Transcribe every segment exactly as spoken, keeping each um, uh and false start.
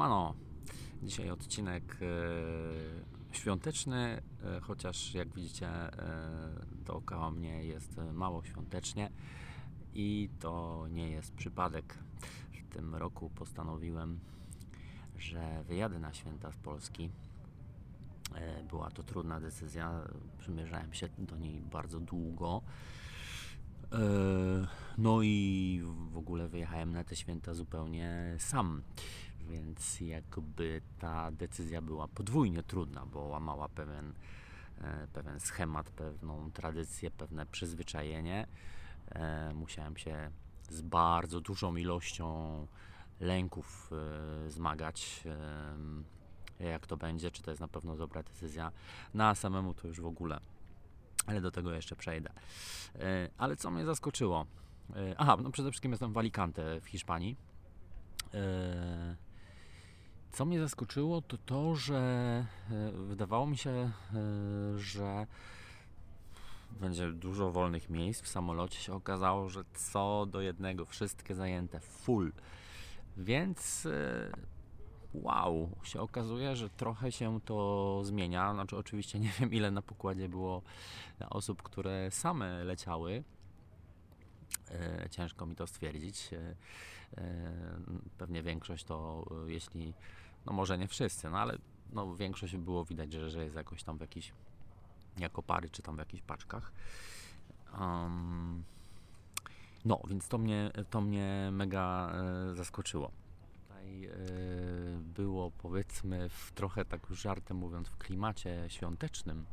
Siemano, dzisiaj odcinek e, świąteczny, e, chociaż jak widzicie e, dookoła mnie jest mało świątecznie i to nie jest przypadek. W tym roku postanowiłem, że wyjadę na święta z Polski. E, była to trudna decyzja, przymierzałem się do niej bardzo długo. E, no i w ogóle wyjechałem na te święta zupełnie sam. Więc jakby ta decyzja była podwójnie trudna, bo łamała pewien, e, pewien schemat, pewną tradycję, pewne przyzwyczajenie. E, musiałem się z bardzo dużą ilością lęków e, zmagać. E, jak to będzie, czy to jest na pewno dobra decyzja. Na samemu to już w ogóle. Ale do tego jeszcze przejdę. E, ale co mnie zaskoczyło? E, aha, no przede wszystkim jestem w Alicante w Hiszpanii. E, Co mnie zaskoczyło, to to, że e, wydawało mi się, e, że będzie dużo wolnych miejsc. W samolocie się okazało, że co do jednego, wszystkie zajęte, full. Więc e, wow, się okazuje, że trochę się to zmienia. Znaczy oczywiście nie wiem, ile na pokładzie było osób, które same leciały. E, ciężko mi to stwierdzić. E, e, pewnie większość to, e, jeśli, no może nie wszyscy, no ale no, większość było widać, że, że jest jakoś tam w jakiś, jako pary, czy tam w jakichś paczkach. Um, no, więc to mnie, to mnie mega e, zaskoczyło. Tutaj e, było, powiedzmy, w, trochę tak już żartem mówiąc, w klimacie świątecznym.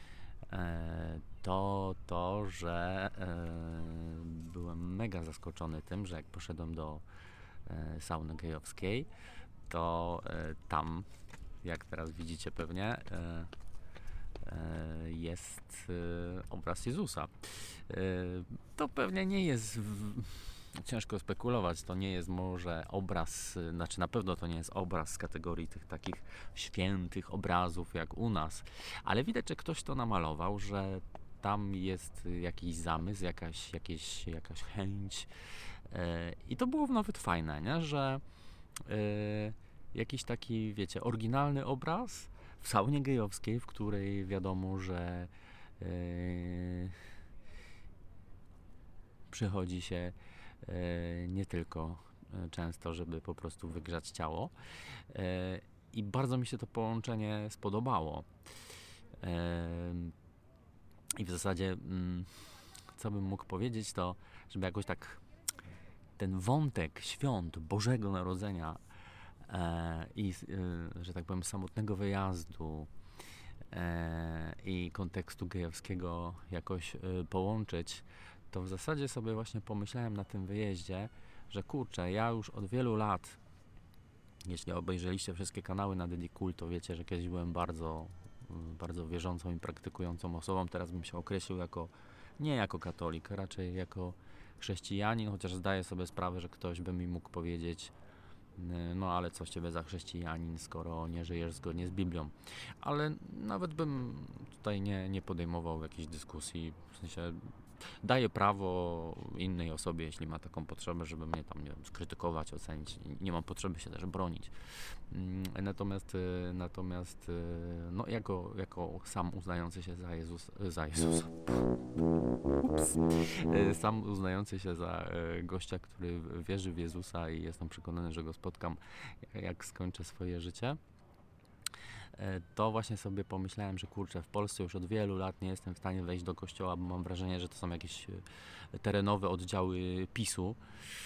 To to, że e, byłem mega zaskoczony tym, że jak poszedłem do e, sauny gejowskiej, to e, tam, jak teraz widzicie pewnie, e, e, jest e, obraz Jezusa. E, to pewnie nie jest, w, ciężko spekulować, to nie jest może obraz, znaczy na pewno to nie jest obraz z kategorii tych takich świętych obrazów jak u nas, ale widać, że ktoś to namalował, że tam jest jakiś zamysł, jakaś, jakieś, jakaś chęć e, i to było nawet fajne, nie? Że e, jakiś taki, wiecie, oryginalny obraz w saunie gejowskiej, w której wiadomo, że e, przychodzi się e, nie tylko e, często, żeby po prostu wygrzać ciało e, i bardzo mi się to połączenie spodobało. E, I w zasadzie, mm, co bym mógł powiedzieć, to żeby jakoś tak ten wątek świąt Bożego Narodzenia e, i, e, że tak powiem, samotnego wyjazdu e, i kontekstu gejowskiego jakoś e, połączyć, to w zasadzie sobie właśnie pomyślałem na tym wyjeździe, że kurczę, ja już od wielu lat, jeśli obejrzeliście wszystkie kanały na Dedicult, to wiecie, że kiedyś byłem bardzo bardzo wierzącą i praktykującą osobą. Teraz bym się określił jako, nie jako katolik, raczej jako chrześcijanin, chociaż zdaję sobie sprawę, że ktoś by mi mógł powiedzieć, no ale co z ciebie za chrześcijanin, skoro nie żyjesz zgodnie z Biblią. Ale nawet bym tutaj nie, nie podejmował jakiejś dyskusji, w sensie daję prawo innej osobie, jeśli ma taką potrzebę, żeby mnie tam, nie wiem, skrytykować, ocenić. Nie mam potrzeby się też bronić. Natomiast, natomiast no, jako, jako sam uznający się za Jezus, za Jezusa, ups, sam uznający się za gościa, który wierzy w Jezusa i jestem przekonany, że go spotkam, jak skończę swoje życie, to właśnie sobie pomyślałem, że kurczę, w Polsce już od wielu lat nie jestem w stanie wejść do kościoła, bo mam wrażenie, że to są jakieś terenowe oddziały PiSu.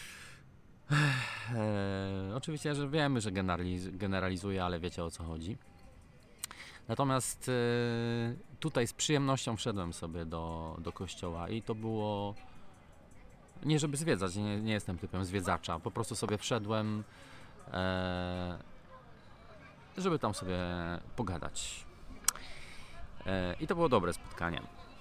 Eee, oczywiście, że wiemy, że generaliz- generalizuję, ale wiecie, o co chodzi. Natomiast e, tutaj z przyjemnością wszedłem sobie do, do kościoła i to było, nie żeby zwiedzać, nie, nie jestem typem zwiedzacza, po prostu sobie wszedłem, e, żeby tam sobie pogadać. E, I to było dobre spotkanie.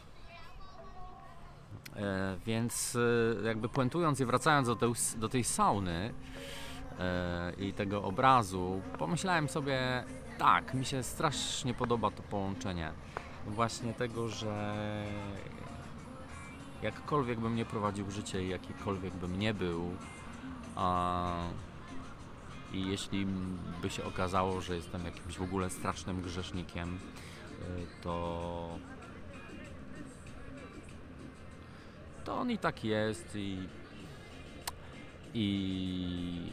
E, więc e, jakby puentując i wracając do, te, do tej sauny e, i tego obrazu, pomyślałem sobie, tak, mi się strasznie podoba to połączenie właśnie tego, że jakkolwiek bym nie prowadził życie i jakikolwiek bym nie był, a i jeśli by się okazało, że jestem jakimś w ogóle strasznym grzesznikiem, to to on i tak jest i i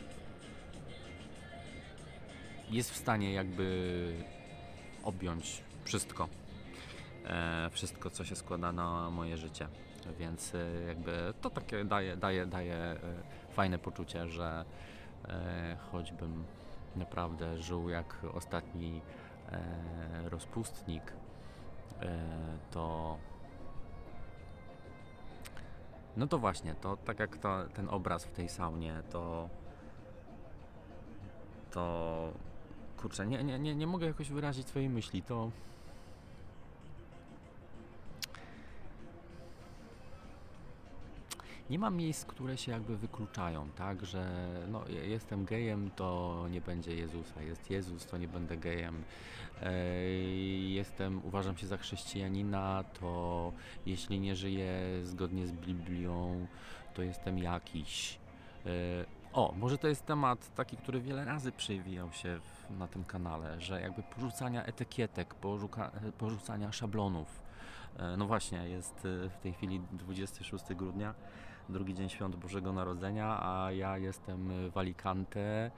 jest w stanie jakby objąć wszystko, e, wszystko co się składa na moje życie, więc e, jakby to takie daje, daje, daje e, fajne poczucie, że e, choćbym naprawdę żył jak ostatni e, rozpustnik, e, to no to właśnie, to tak jak to, ten obraz w tej saunie, to to kurczę, nie, nie, nie, nie mogę jakoś wyrazić swojej myśli, to nie ma miejsc, które się jakby wykluczają, tak, że no, jestem gejem, to nie będzie Jezusa, jest Jezus, to nie będę gejem, e, jestem, uważam się za chrześcijanina, to jeśli nie żyję zgodnie z Biblią, to jestem jakiś. E, o, może to jest temat taki, który wiele razy przewijał się w, na tym kanale, że jakby porzucania etykietek, porzuca, porzucania szablonów. E, no właśnie, jest w tej chwili dwudziestego szóstego grudnia, drugi dzień świąt Bożego Narodzenia, a ja jestem w Alicante.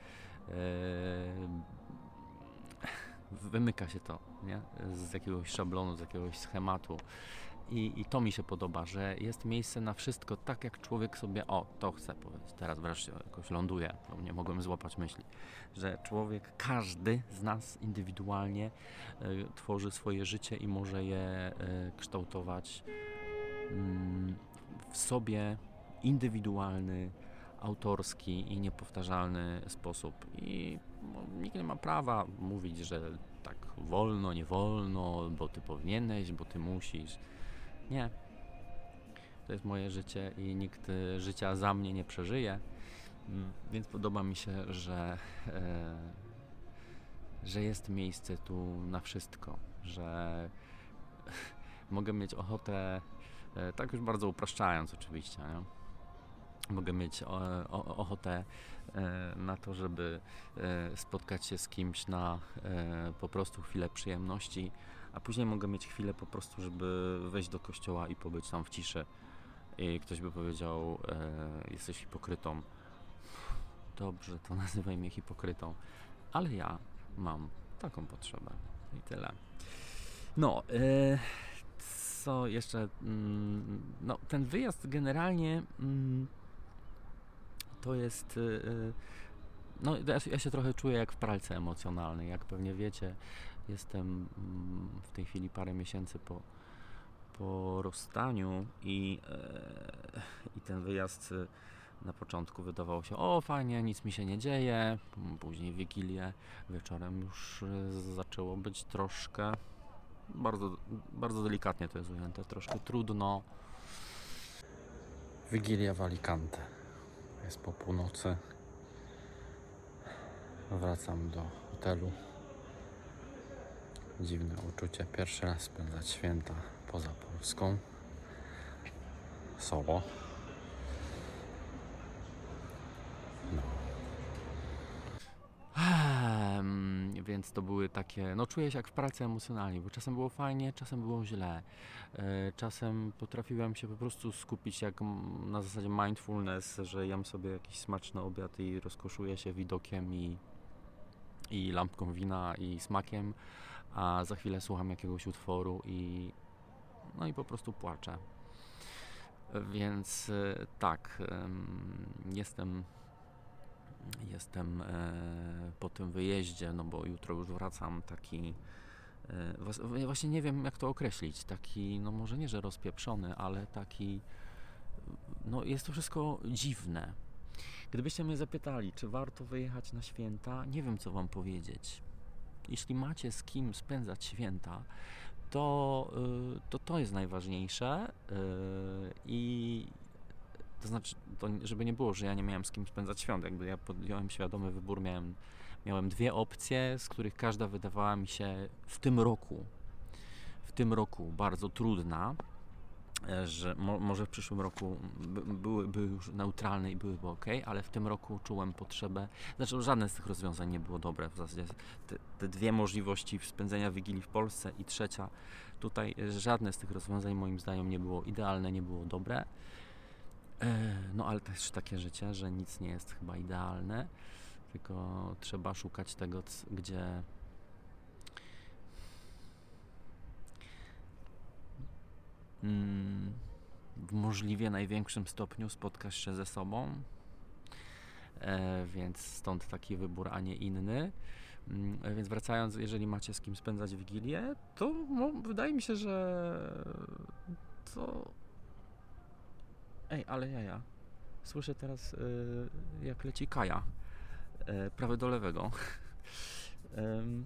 Wymyka się to, nie? Z jakiegoś szablonu, z jakiegoś schematu. I, I to mi się podoba, że jest miejsce na wszystko, tak jak człowiek sobie, o, to chcę powiedzieć, teraz wreszcie jakoś ląduję, bo nie mogłem złapać myśli, że człowiek, każdy z nas indywidualnie y, tworzy swoje życie i może je y, kształtować y, w sobie indywidualny, autorski i niepowtarzalny sposób. I no, nikt nie ma prawa mówić, że tak wolno, nie wolno, bo ty powinieneś, bo ty musisz. Nie. To jest moje życie i nikt życia za mnie nie przeżyje. Więc podoba mi się, że, e, że jest miejsce tu na wszystko, że mogę mieć ochotę, e, tak już bardzo upraszczając oczywiście, nie? Mogę mieć o, o, ochotę e, na to, żeby e, spotkać się z kimś na e, po prostu chwilę przyjemności, a później mogę mieć chwilę po prostu, żeby wejść do kościoła i pobyć tam w ciszy. I ktoś by powiedział, e, jesteś hipokrytą. Dobrze, to nazywaj mnie hipokrytą. Ale ja mam taką potrzebę. I tyle. No, e, co jeszcze? Mm, no, ten wyjazd generalnie... Mm, to jest, yy, no ja się trochę czuję jak w pralce emocjonalnej, jak pewnie wiecie, jestem yy, w tej chwili parę miesięcy po, po rozstaniu i, yy, i ten wyjazd yy, na początku wydawał się, o fajnie, nic mi się nie dzieje, później Wigilię wieczorem już yy, zaczęło być troszkę, bardzo, bardzo delikatnie to jest ujęte, troszkę trudno. Wigilia w Alicante. Jest po północy. Wracam do hotelu. Dziwne uczucie. Pierwszy raz spędzać święta poza Polską. Solo. No. Hmm, więc to były takie, no czuję się jak w pracy emocjonalnie, bo czasem było fajnie, czasem było źle. E, czasem potrafiłem się po prostu skupić jak na zasadzie mindfulness, że jem sobie jakiś smaczny obiad i rozkoszuję się widokiem i, i lampką wina i smakiem, a za chwilę słucham jakiegoś utworu i no i po prostu płaczę. Więc e, tak, e, jestem Jestem e, po tym wyjeździe, no bo jutro już wracam, taki e, właśnie nie wiem jak to określić, taki, no może nie, że rozpieprzony, ale taki, no jest to wszystko dziwne. Gdybyście mnie zapytali, czy warto wyjechać na święta, nie wiem co wam powiedzieć. Jeśli macie z kim spędzać święta, to y, to, to jest najważniejsze y, i to znaczy, to żeby nie było, że ja nie miałem z kim spędzać świąt, jakby ja podjąłem świadomy wybór, miałem, miałem dwie opcje, z których każda wydawała mi się w tym roku, w tym roku bardzo trudna, e, że mo, może w przyszłym roku by, były, były już neutralne i byłyby ok, ale w tym roku czułem potrzebę, znaczy żadne z tych rozwiązań nie było dobre w zasadzie. Te, te dwie możliwości spędzenia Wigilii w Polsce i trzecia tutaj, żadne z tych rozwiązań moim zdaniem nie było idealne, nie było dobre. E, no ale też takie życie, że nic nie jest chyba idealne, tylko trzeba szukać tego, c- gdzie mm, w możliwie największym stopniu spotkasz się ze sobą, e, więc stąd taki wybór, a nie inny. Mm, e, Więc wracając, jeżeli macie z kim spędzać Wigilię, to no, wydaje mi się, że to... Ej, ale jaja. Słyszę teraz, y, jak leci Kaja, y, prawy do lewego. Ym,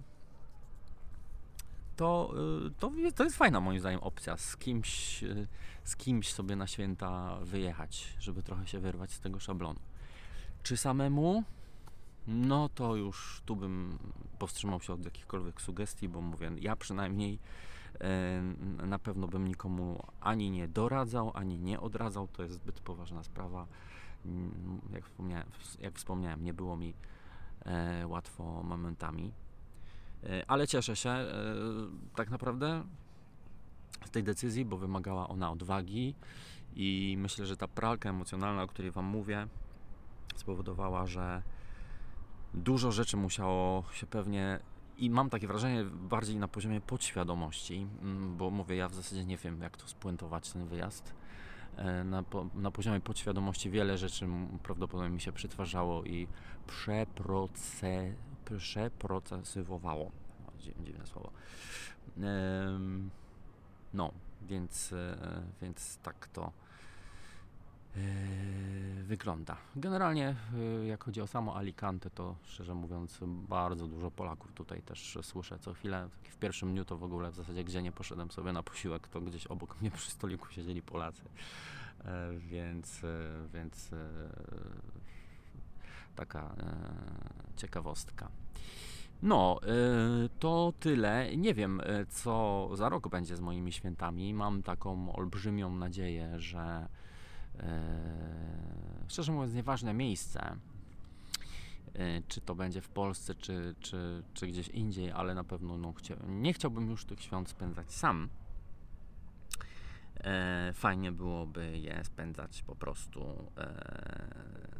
to, y, to, jest- to jest fajna moim zdaniem opcja, z kimś, y, z kimś sobie na święta wyjechać, żeby trochę się wyrwać z tego szablonu. Czy samemu? No to już tu bym powstrzymał się od jakichkolwiek sugestii, bo mówię, ja przynajmniej y, na pewno bym nikomu ani nie doradzał, ani nie odradzał, to jest zbyt poważna sprawa. Mm, Jak wspomniałem, jak wspomniałem nie było mi e, łatwo momentami. E, ale cieszę się e, tak naprawdę z tej decyzji, bo wymagała ona odwagi i myślę, że ta pralka emocjonalna, o której Wam mówię, spowodowała, że dużo rzeczy musiało się pewnie, i mam takie wrażenie bardziej na poziomie podświadomości, mm, bo mówię, ja w zasadzie nie wiem, jak to spuentować ten wyjazd. E, Na, po, na poziomie podświadomości wiele rzeczy m- prawdopodobnie mi się przetwarzało i przeproce, przeprocesywowało. O, dzi- dziwne słowo. Em, no, więc, e, więc tak to e, wygląda. Generalnie, e, jak chodzi o samo Alicante, to szczerze mówiąc, bardzo dużo Polaków tutaj też słyszę co chwilę. Tak w pierwszym dniu to w ogóle w zasadzie, gdzie nie poszedłem sobie na posiłek, to gdzieś obok mnie przy stoliku siedzieli Polacy. E, więc, e, więc e, taka e, ciekawostka. No, e, to tyle. Nie wiem, e, co za rok będzie z moimi świętami. Mam taką olbrzymią nadzieję, że e, szczerze mówiąc, nieważne miejsce, e, czy to będzie w Polsce, czy, czy, czy gdzieś indziej, ale na pewno no, chcia, nie chciałbym już tych świąt spędzać sam. E, fajnie byłoby je spędzać po prostu e,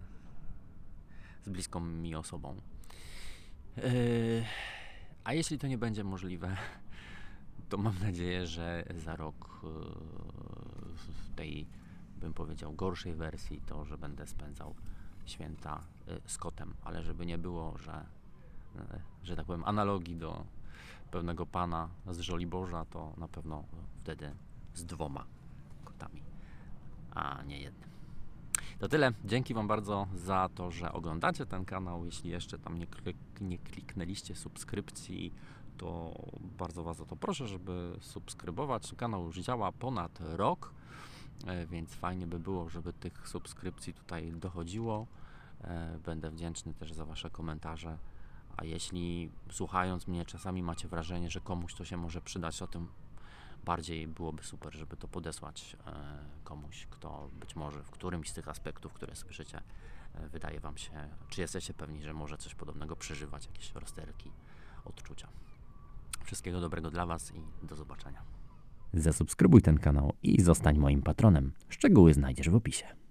z bliską mi osobą. E, a jeśli to nie będzie możliwe, to mam nadzieję, że za rok e, w tej, bym powiedział, gorszej wersji, to, że będę spędzał święta e, z kotem, ale żeby nie było, że, e, że tak powiem, analogii do pewnego pana z Żoliborza, to na pewno wtedy z dwoma kotami, a nie jednym. To tyle. Dzięki Wam bardzo za to, że oglądacie ten kanał. Jeśli jeszcze tam nie, klik, nie kliknęliście subskrypcji, to bardzo Was o to proszę, żeby subskrybować. Kanał już działa ponad rok, e, więc fajnie by było, żeby tych subskrypcji tutaj dochodziło. E, Będę wdzięczny też za Wasze komentarze. A jeśli słuchając mnie czasami macie wrażenie, że komuś to się może przydać, o tym bardziej byłoby super, żeby to podesłać e, komuś, kto być może w którymś z tych aspektów, które słyszycie, e, wydaje Wam się, czy jesteście pewni, że może coś podobnego przeżywać, jakieś rozterki, odczucia. Wszystkiego dobrego dla Was i do zobaczenia. Zasubskrybuj ten kanał i zostań moim patronem. Szczegóły znajdziesz w opisie.